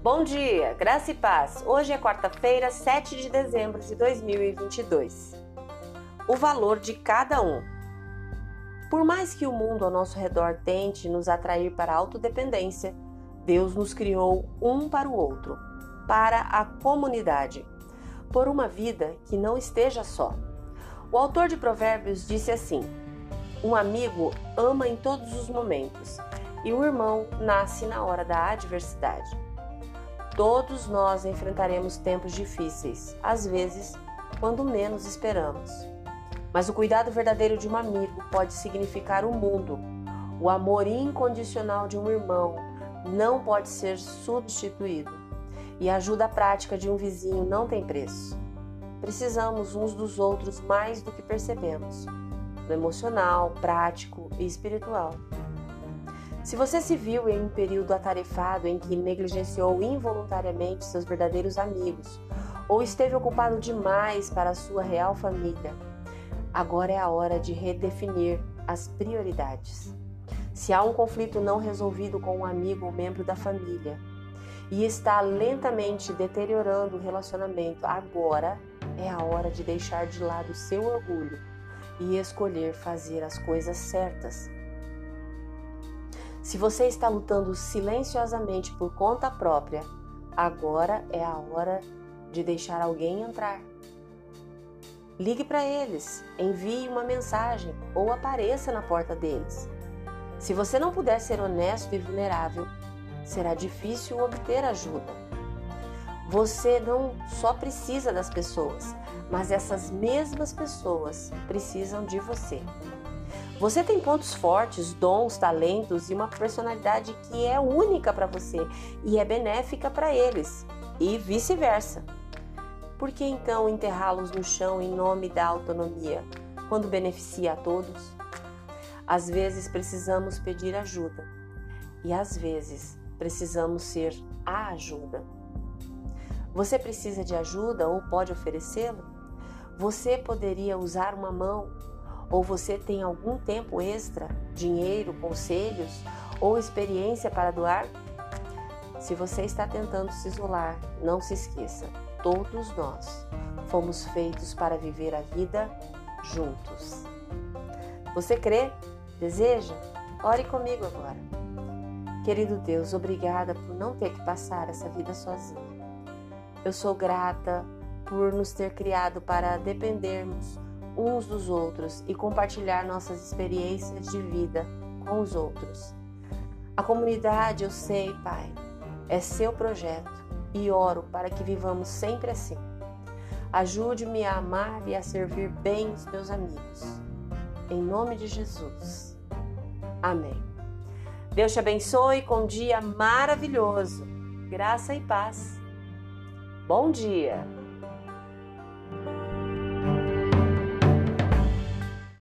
Bom dia, graça e paz. Hoje é quarta-feira, 7 de dezembro de 2022. O valor de cada um. Por mais que o mundo ao nosso redor tente nos atrair para a autodependência, Deus nos criou um para o outro, para a comunidade, por uma vida que não esteja só. O autor de Provérbios disse assim: um amigo ama em todos os momentos, e o irmão nasce na hora da adversidade. Todos nós enfrentaremos tempos difíceis, às vezes, quando menos esperamos. Mas o cuidado verdadeiro de um amigo pode significar o mundo. O amor incondicional de um irmão não pode ser substituído. E a ajuda prática de um vizinho não tem preço. Precisamos uns dos outros mais do que percebemos, no emocional, prático e espiritual. Se você se viu em um período atarefado em que negligenciou involuntariamente seus verdadeiros amigos ou esteve ocupado demais para a sua real família, agora é a hora de redefinir as prioridades. Se há um conflito não resolvido com um amigo ou membro da família e está lentamente deteriorando o relacionamento, agora é a hora de deixar de lado o seu orgulho e escolher fazer as coisas certas. Se você está lutando silenciosamente por conta própria, agora é a hora de deixar alguém entrar. Ligue para eles, envie uma mensagem ou apareça na porta deles. Se você não puder ser honesto e vulnerável, será difícil obter ajuda. Você não só precisa das pessoas, mas essas mesmas pessoas precisam de você. Você tem pontos fortes, dons, talentos e uma personalidade que é única para você e é benéfica para eles, e vice-versa. Por que então enterrá-los no chão em nome da autonomia, quando beneficia a todos? Às vezes precisamos pedir ajuda e às vezes precisamos ser a ajuda. Você precisa de ajuda ou pode oferecê-la? Você poderia usar uma mão? Ou você tem algum tempo extra, dinheiro, conselhos ou experiência para doar? Se você está tentando se isolar, não se esqueça, todos nós fomos feitos para viver a vida juntos. Você crê? Deseja? Ore comigo agora. Querido Deus, obrigada por não ter que passar essa vida sozinha. Eu sou grata por nos ter criado para dependermos uns dos outros e compartilhar nossas experiências de vida com os outros. A comunidade, eu sei, Pai, é seu projeto e oro para que vivamos sempre assim. Ajude-me a amar e a servir bem os meus amigos. Em nome de Jesus. Amém. Deus te abençoe com um dia maravilhoso. Graça e paz. Bom dia!